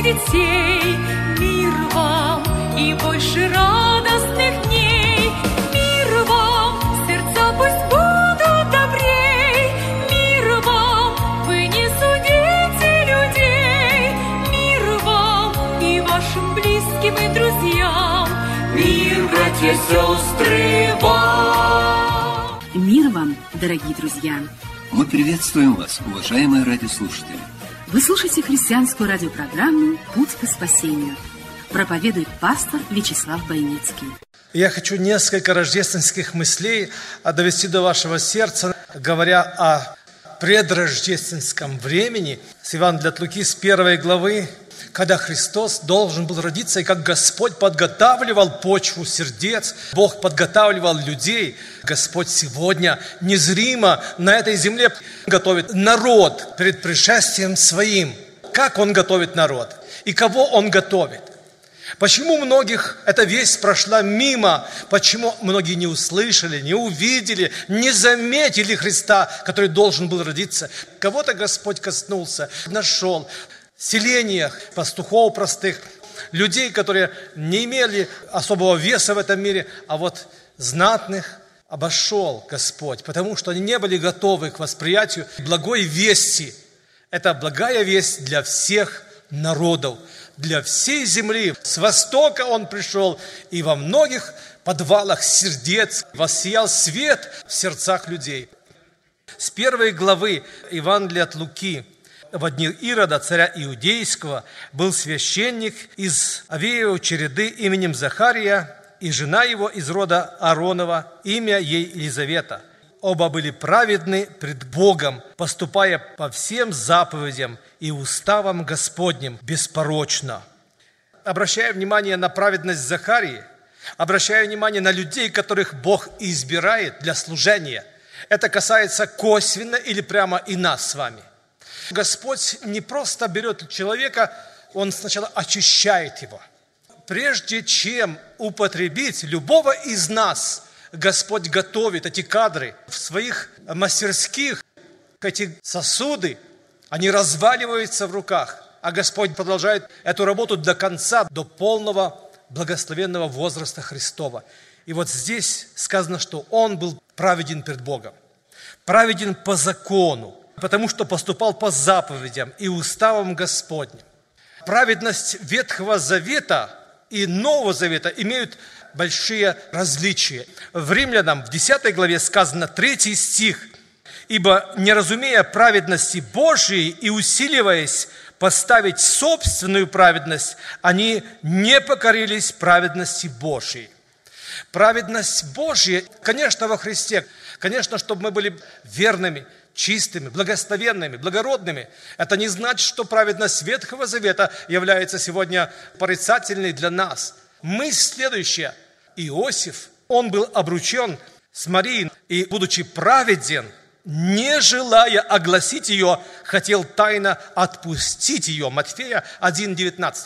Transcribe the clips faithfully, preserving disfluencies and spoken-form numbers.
детей. Мир вам и больше радостных дней. Мир вам, сердца пусть будут добрей. Мир вам, вы не судите людей. Мир вам и вашим близким и друзьям. Мир, братья, сестры, вам. Мир вам, дорогие друзья. Мы приветствуем вас, уважаемые радиослушатели. Вы слушаете христианскую радиопрограмму «Путь к спасению». Проповедует пастор Вячеслав Бойницкий. Я хочу несколько рождественских мыслей довести до вашего сердца, говоря о предрождественском времени с Евангелия от Луки, с первой главы, когда Христос должен был родиться, и как Господь подготавливал почву сердец, Бог подготавливал людей. Господь сегодня незримо на этой земле готовит народ перед пришествием Своим. Как Он готовит народ? И кого Он готовит? Почему многих эта весть прошла мимо? Почему многие не услышали, не увидели, не заметили Христа, который должен был родиться? Кого-то Господь коснулся, нашел. В селениях пастухов простых, людей, которые не имели особого веса в этом мире, а вот знатных обошел Господь, потому что они не были готовы к восприятию благой вести. Это благая весть для всех народов, для всей земли. С востока Он пришел, и во многих подвалах сердец воссиял свет в сердцах людей. С первой главы Евангелия от Луки. В дни Ирода, царя Иудейского, был священник из Авеевой череды именем Захария, и жена его из рода Ааронова, имя ей Елизавета. Оба были праведны пред Богом, поступая по всем заповедям и уставам Господним беспорочно. Обращая внимание на праведность Захарии, обращая внимание на людей, которых Бог избирает для служения, это касается косвенно или прямо и нас с вами. Господь не просто берет человека, Он сначала очищает его. Прежде чем употребить любого из нас, Господь готовит эти кадры в своих мастерских. Эти сосуды, они разваливаются в руках, а Господь продолжает эту работу до конца, до полного благословенного возраста Христова. И вот здесь сказано, что Он был праведен перед Богом, праведен по закону, потому что поступал по заповедям и уставам Господним. Праведность Ветхого Завета и Нового Завета имеют большие различия. В Римлянам в десятой главе сказано, третий стих: «Ибо, не разумея праведности Божией и усиливаясь поставить собственную праведность, они не покорились праведности Божией». Праведность Божья, конечно, во Христе, конечно, чтобы мы были верными, чистыми, благословенными, благородными. Это не значит, что праведность Ветхого Завета является сегодня порицательной для нас. Мысль следующая. Иосиф, он был обручен с Марией, и, будучи праведен, не желая огласить ее, хотел тайно отпустить ее. Матфея один девятнадцать.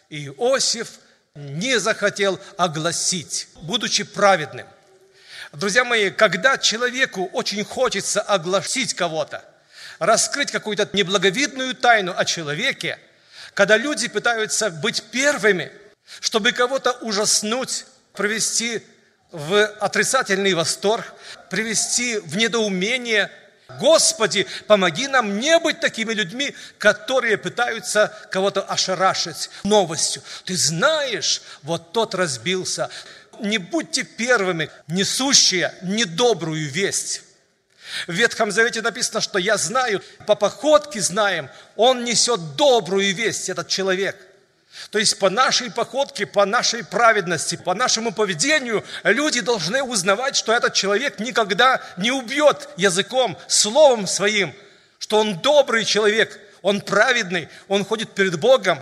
Иосиф не захотел огласить, будучи праведным. Друзья мои, когда человеку очень хочется огласить кого-то, раскрыть какую-то неблаговидную тайну о человеке, когда люди пытаются быть первыми, чтобы кого-то ужаснуть, привести в отрицательный восторг, привести в недоумение, Господи, помоги нам не быть такими людьми, которые пытаются кого-то ошарашить новостью. Ты знаешь, вот тот разбился. Не будьте первыми, несущие недобрую весть. В Ветхом Завете написано, что я знаю, по походке знаем, он несет добрую весть, этот человек. То есть по нашей походке, по нашей праведности, по нашему поведению люди должны узнавать, что этот человек никогда не убьет языком, словом своим, что он добрый человек, он праведный, он ходит перед Богом,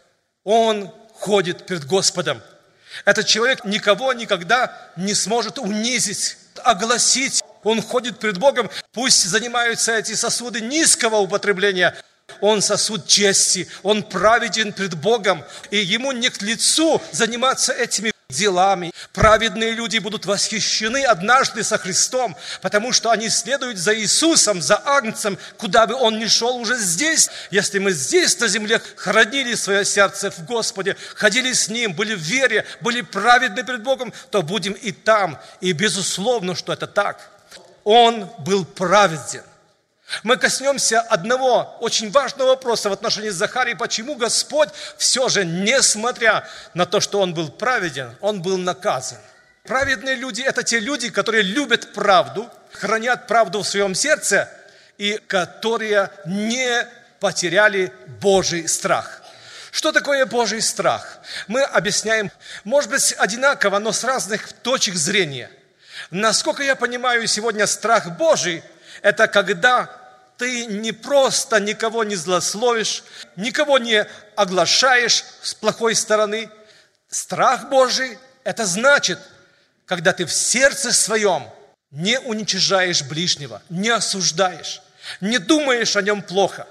он ходит перед Господом. Этот человек никого никогда не сможет унизить, огласить. Он ходит перед Богом. Пусть занимаются эти сосуды низкого употребления. Он сосуд чести, он праведен пред Богом. И ему не к лицу заниматься этими делами. Праведные люди будут восхищены однажды со Христом, потому что они следуют за Иисусом, за Агнцем, куда бы Он ни шел уже здесь. Если мы здесь на земле хранили свое сердце в Господе, ходили с Ним, были в вере, были праведны перед Богом, то будем и там. И безусловно, что это так. Он был праведен. Мы коснемся одного очень важного вопроса в отношении Захарии. Почему Господь все же, несмотря на то, что Он был праведен, Он был наказан? Праведные люди – это те люди, которые любят правду, хранят правду в своем сердце и которые не потеряли Божий страх. Что такое Божий страх? Мы объясняем, может быть, одинаково, но с разных точек зрения. Насколько я понимаю, сегодня страх Божий – это когда ты не просто никого не злословишь, никого не оглашаешь с плохой стороны. Страх Божий – это значит, когда ты в сердце своем не уничижаешь ближнего, не осуждаешь, не думаешь о нем плохо.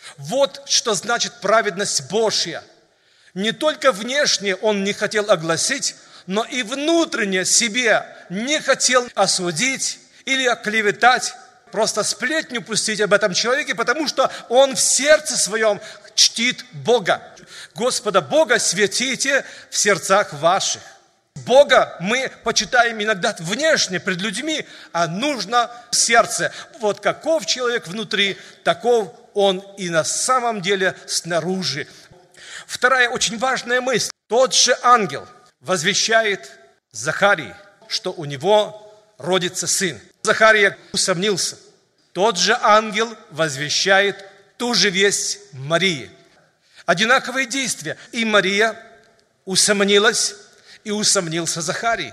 Вот что значит праведность Божья. Не только внешне он не хотел огласить, но и внутренне себе не хотел осудить или оклеветать, просто сплетню пустить об этом человеке, потому что он в сердце своем чтит Бога. Господа Бога светите в сердцах ваших. Бога мы почитаем иногда внешне, пред людьми, а нужно в сердце. Вот каков человек внутри, таков он и на самом деле снаружи. Вторая очень важная мысль. Тот же ангел возвещает Захарии, что у него родится сын. Захария усомнился. Тот же ангел возвещает ту же весть Марии. Одинаковые действия. И Мария усомнилась, и усомнился Захарий.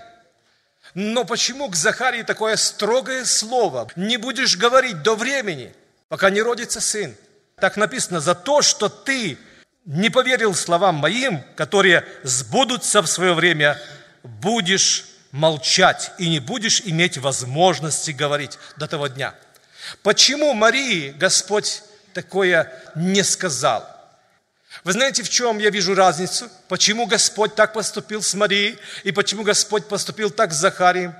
Но почему к Захарии такое строгое слово? Не будешь говорить до времени, пока не родится сын. Так написано: за то, что ты не поверил словам моим, которые сбудутся в свое время, будешь молчать и не будешь иметь возможности говорить до того дня. Почему Марии Господь такое не сказал? Вы знаете, в чем я вижу разницу? Почему Господь так поступил с Марией и почему Господь поступил так с Захарием?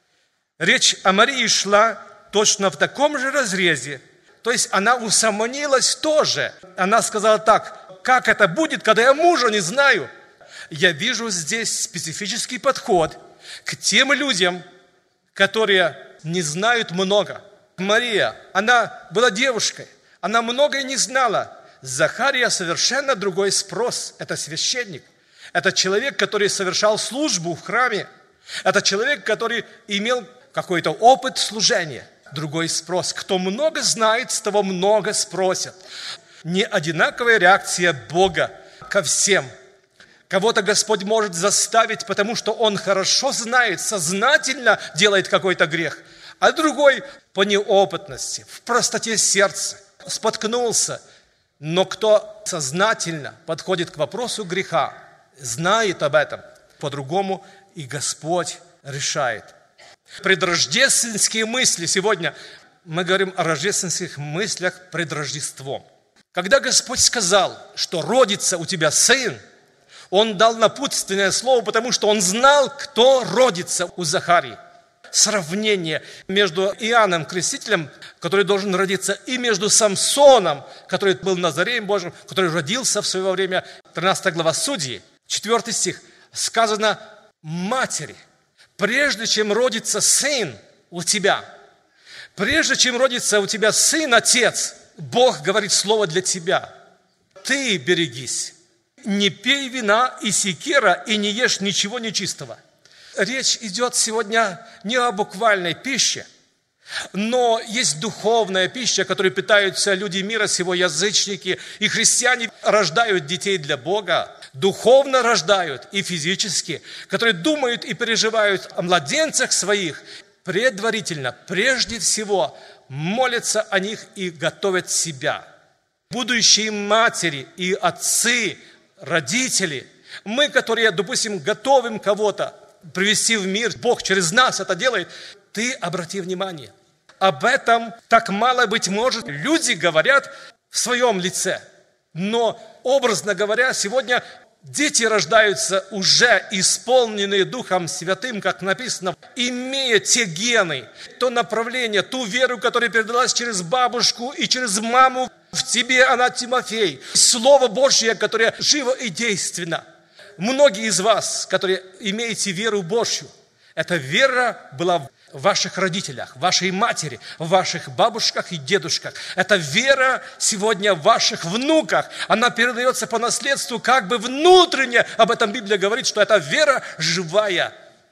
Речь о Марии шла точно в таком же разрезе. То есть она усомнилась тоже. Она сказала так: как это будет, когда я мужа не знаю? Я вижу здесь специфический подход к тем людям, которые не знают много. Мария, она была девушкой, она многое не знала. Захария совершенно другой спрос. Это священник. Это человек, который совершал службу в храме. Это человек, который имел какой-то опыт служения. Другой спрос. Кто много знает, с того много спросят. Не одинаковая реакция Бога ко всем. Кого-то Господь может заставить, потому что Он хорошо знает, сознательно делает какой-то грех. А другой по неопытности, в простоте сердца, споткнулся. Но кто сознательно подходит к вопросу греха, знает об этом, по-другому и Господь решает. Предрождественские мысли. Сегодня мы говорим о рождественских мыслях пред Рождеством. Когда Господь сказал, что родится у тебя сын, Он дал напутственное слово, потому что Он знал, кто родится у Захарии. Сравнение между Иоанном Крестителем, который должен родиться, и между Самсоном, который был Назареем Божьим, который родился в свое время, тринадцатая глава Судьи, четвёртый стих, сказано матери: прежде чем родится сын у тебя, прежде чем родится у тебя сын, отец, Бог говорит слово для тебя: ты берегись, не пей вина и сикера, и не ешь ничего нечистого. Речь идет сегодня не о буквальной пище, но есть духовная пища, которой питаются люди мира сего, язычники, и христиане рождают детей для Бога, духовно рождают и физически, которые думают и переживают о младенцах своих, предварительно, прежде всего, молятся о них и готовят себя. Будущие матери и отцы, родители, мы, которые, допустим, готовим кого-то привести в мир, Бог через нас это делает, ты обрати внимание. Об этом так мало, быть может, люди говорят в своем лице. Но, образно говоря, сегодня Дети рождаются уже исполненные Духом Святым, как написано, имея те гены, то направление, ту веру, которая передалась через бабушку и через маму. В тебе она, Тимофей. Слово Божье, которое живо и действенно. Многие из вас, которые имеете веру Божью, эта вера была в ваших родителях, в вашей матери, в ваших бабушках и дедушках. Эта вера сегодня в ваших внуках. Она передается по наследству как бы внутренне. Об этом Библия говорит, что эта вера живая.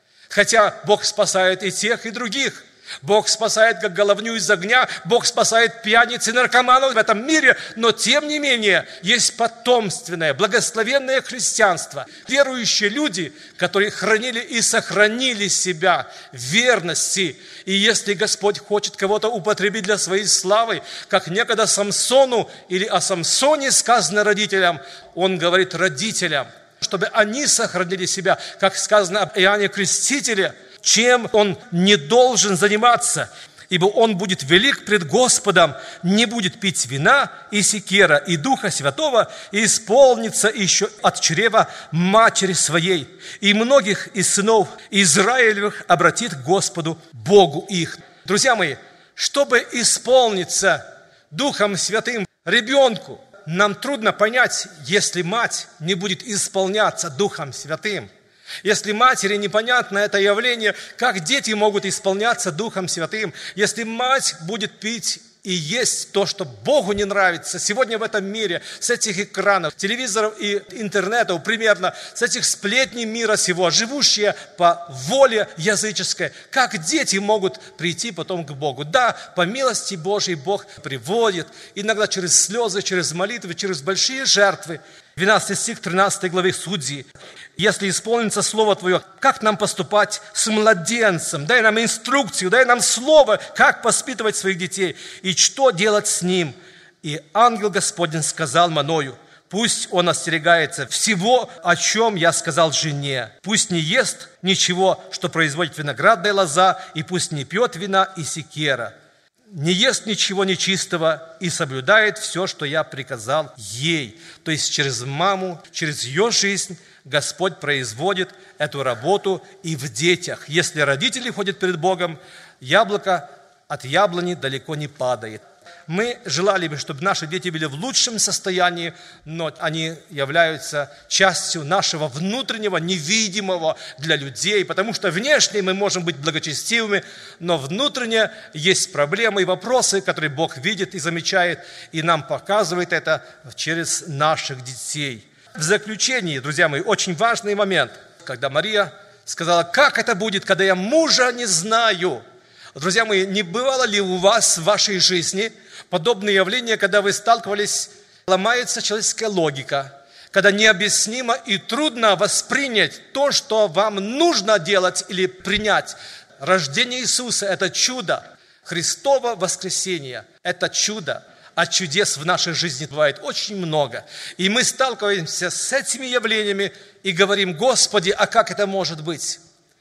Хотя Бог спасает и тех, и других. Бог спасает, как головню из огня, Бог спасает пьяниц и наркоманов в этом мире, но тем не менее есть потомственное, благословенное христианство. Верующие люди, которые хранили и сохранили себя в верности. И если Господь хочет кого-то употребить для своей славы, как некогда Самсону или о Самсоне сказано родителям, Он говорит родителям, чтобы они сохранили себя, как сказано об Иоанне Крестителе, чем он не должен заниматься, ибо он будет велик пред Господом, не будет пить вина и секера, и Духа Святого, и исполнится еще от чрева матери своей, и многих из сынов Израилевых обратит к Господу Богу их. Друзья мои, чтобы исполниться Духом Святым ребенку, нам трудно понять, если мать не будет исполняться Духом Святым. Если матери непонятно это явление, как дети могут исполняться Духом Святым, если мать будет пить и есть то, что Богу не нравится, сегодня в этом мире, с этих экранов, телевизоров и интернетов, примерно, с этих сплетней мира сего, живущие по воле языческой, как дети могут прийти потом к Богу? Да, по милости Божьей Бог приводит, иногда через слезы, через молитвы, через большие жертвы. двенадцатый стих тринадцатой главы Судьи. Если исполнится Слово Твое, как нам поступать с младенцем? Дай нам инструкцию, дай нам слово, как воспитывать своих детей и что делать с ним. И ангел Господень сказал Маною: пусть он остерегается всего, о чем я сказал жене. Пусть не ест ничего, что производит виноградная лоза, и пусть не пьет вина и секера. Не ест ничего нечистого и соблюдает все, что я приказал ей. То есть через маму, через ее жизнь Господь производит эту работу и в детях. Если родители ходят перед Богом, яблоко от яблони далеко не падает. Мы желали бы, чтобы наши дети были в лучшем состоянии, но они являются частью нашего внутреннего, невидимого для людей, потому что внешне мы можем быть благочестивыми, но внутренне есть проблемы и вопросы, которые Бог видит и замечает, и нам показывает это через наших детей. В заключении, друзья мои, очень важный момент, когда Мария сказала: как это будет, когда я мужа не знаю? Друзья мои, не бывало ли у вас в вашей жизни подобные явления, когда вы сталкивались, ломается человеческая логика, когда необъяснимо и трудно воспринять то, что вам нужно делать или принять? Рождение Иисуса – это чудо. Христово воскресение – это чудо. А чудес в нашей жизни бывает очень много. И мы сталкиваемся с этими явлениями и говорим: Господи, а как это может быть?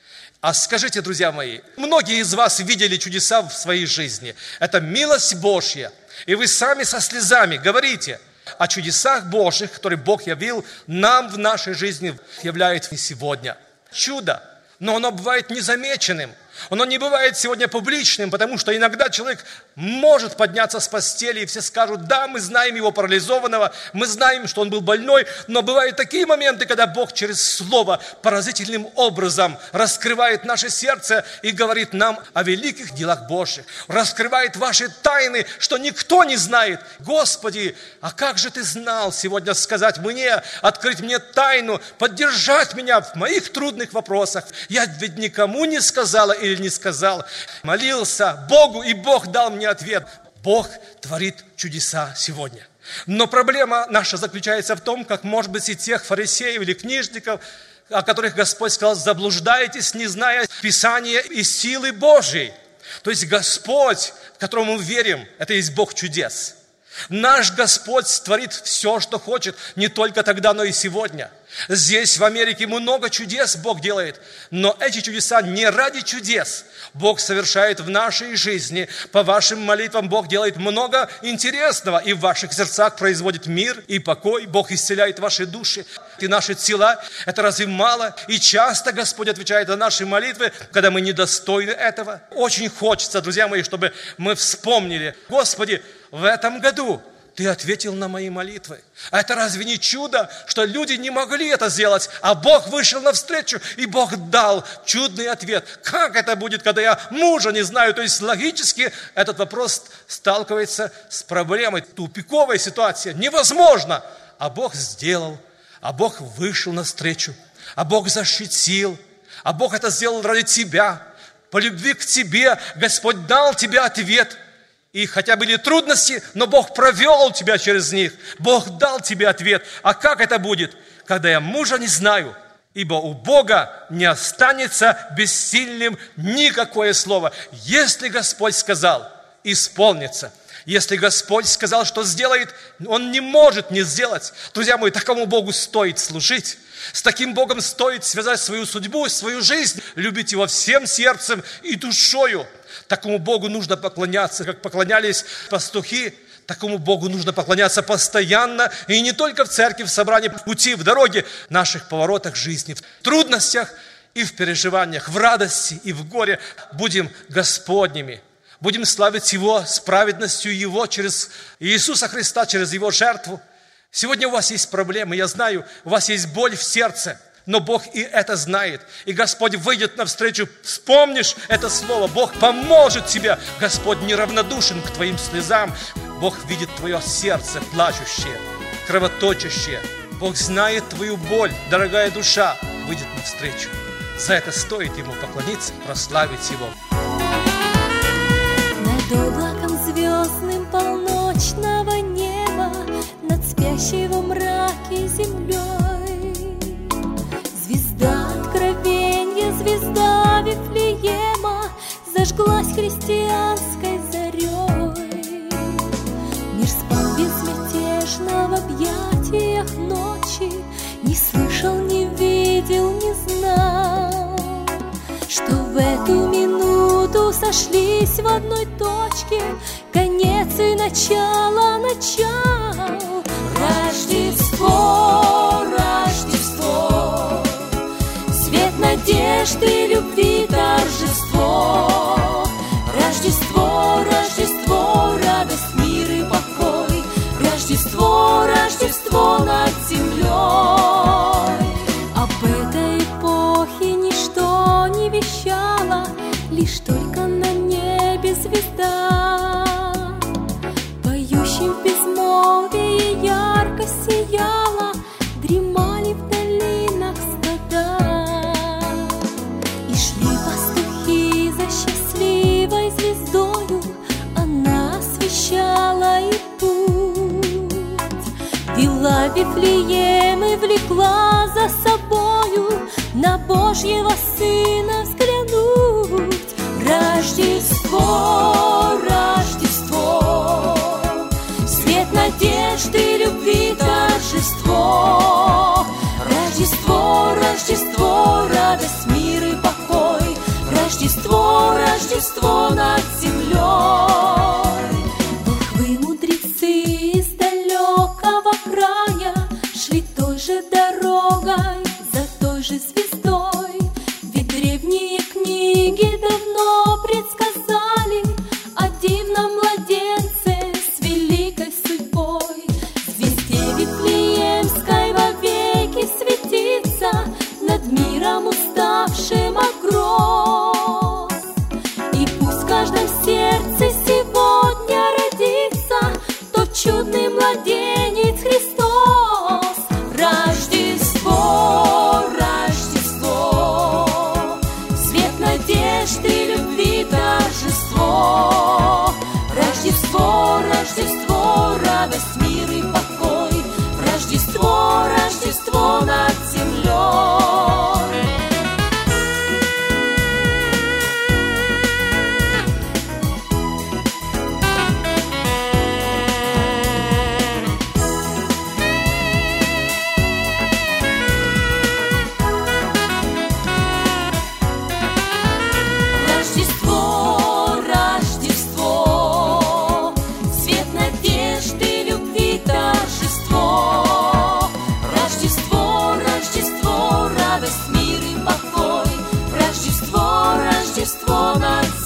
А скажите, друзья мои, многие из вас видели чудеса в своей жизни. Это милость Божья. И вы сами со слезами говорите о чудесах Божьих, которые Бог явил нам в нашей жизни, являет сегодня. Чудо, но оно бывает незамеченным. Оно не бывает сегодня публичным, потому что иногда человек может подняться с постели, и все скажут: да, мы знаем его парализованного, мы знаем, что он был больной, но бывают такие моменты, когда Бог через Слово поразительным образом раскрывает наше сердце и говорит нам о великих делах Божьих, раскрывает ваши тайны, что никто не знает. Господи, а как же Ты знал сегодня сказать мне, открыть мне тайну, поддержать меня в моих трудных вопросах? Я ведь никому не сказала или не сказал. Молился Богу, и Бог дал мне ответ. Бог творит чудеса сегодня. Но проблема наша заключается в том, как, может быть, и тех фарисеев или книжников, о которых Господь сказал: заблуждаетесь, не зная Писания и силы Божьей. То есть Господь, в которого мы верим, это есть Бог чудес. Наш Господь творит все, что хочет, не только тогда, но и сегодня. Здесь, в Америке, много чудес Бог делает, но эти чудеса не ради чудес. Бог совершает в нашей жизни. По вашим молитвам Бог делает много интересного, и в ваших сердцах производит мир и покой. Бог исцеляет ваши души и наши тела. Это разве мало? И часто Господь отвечает на наши молитвы, когда мы недостойны этого. Очень хочется, друзья мои, чтобы мы вспомнили: Господи, в этом году Ты ответил на мои молитвы. А это разве не чудо, что люди не могли это сделать, а Бог вышел навстречу, и Бог дал чудный ответ? Как это будет, когда я мужа не знаю? То есть логически этот вопрос сталкивается с проблемой, тупиковой ситуацией. Невозможно. А Бог сделал, а Бог вышел навстречу, а Бог защитил, а Бог это сделал ради тебя. По любви к тебе Господь дал тебе ответ. И хотя были трудности, но Бог провел тебя через них. Бог дал тебе ответ. А как это будет, когда я мужа не знаю? Ибо у Бога не останется бессильным никакое слово. Если Господь сказал, исполнится. Если Господь сказал, что сделает, Он не может не сделать. Друзья мои, такому Богу стоит служить. С таким Богом стоит связать свою судьбу, свою жизнь, любить Его всем сердцем и душою. Такому Богу нужно поклоняться, как поклонялись пастухи. Такому Богу нужно поклоняться постоянно, и не только в церкви, в собрании, в пути, в дороге, в наших поворотах жизни, в трудностях и в переживаниях, в радости и в горе. Будем Господними, будем славить Его с праведностью Его через Иисуса Христа, через Его жертву. Сегодня у вас есть проблемы, я знаю, у вас есть боль в сердце, но Бог и это знает. И Господь выйдет навстречу, вспомнишь это слово, Бог поможет тебе. Господь неравнодушен к твоим слезам. Бог видит твое сердце плачущее, кровоточащее. Бог знает твою боль, дорогая душа, выйдет навстречу. За это стоит Ему поклониться, прославить Его. Над облаком звездным полночного неба, над спящей во мраке землей, звезда откровенья, звезда Вифлеема зажглась христианской зарей. Мир спал безмятежно в объятиях ночи, не слышал, не видел, не знал, что в эту минуту сошлись в одной точке конец и начало, начал. Рождество, Рождество, свет надежды, любви, торжество. Рождество, Рождество, радость, мир и покой. Рождество, Рождество над землей. Об этой эпохе ничто не вещало, лишь только на небе звезда, поющим в безмолвии ярко сияла, дремали в долинах стада. И шли пастухи за счастливой звездою, она освещала и путь, вела Вифлеем и влекла за собою на Божьего Сына взглянуть. Рождество, Рождество, свет надежды, любви, торжество. Рождество, Рождество, радость, мир и покой. Рождество, Рождество над землей. Волхвы, мудрецы из далекого края шли той же дорогой, за той же звездой. Ведь древние книги давно предсказали о дивном младенце с великой судьбой. Звезде Вифлеемской вовеки светится над миром уставшим огром. И пусть в каждом сердце сегодня родится тот чудный младенец Христос. Рождество, Рождество, Рождество на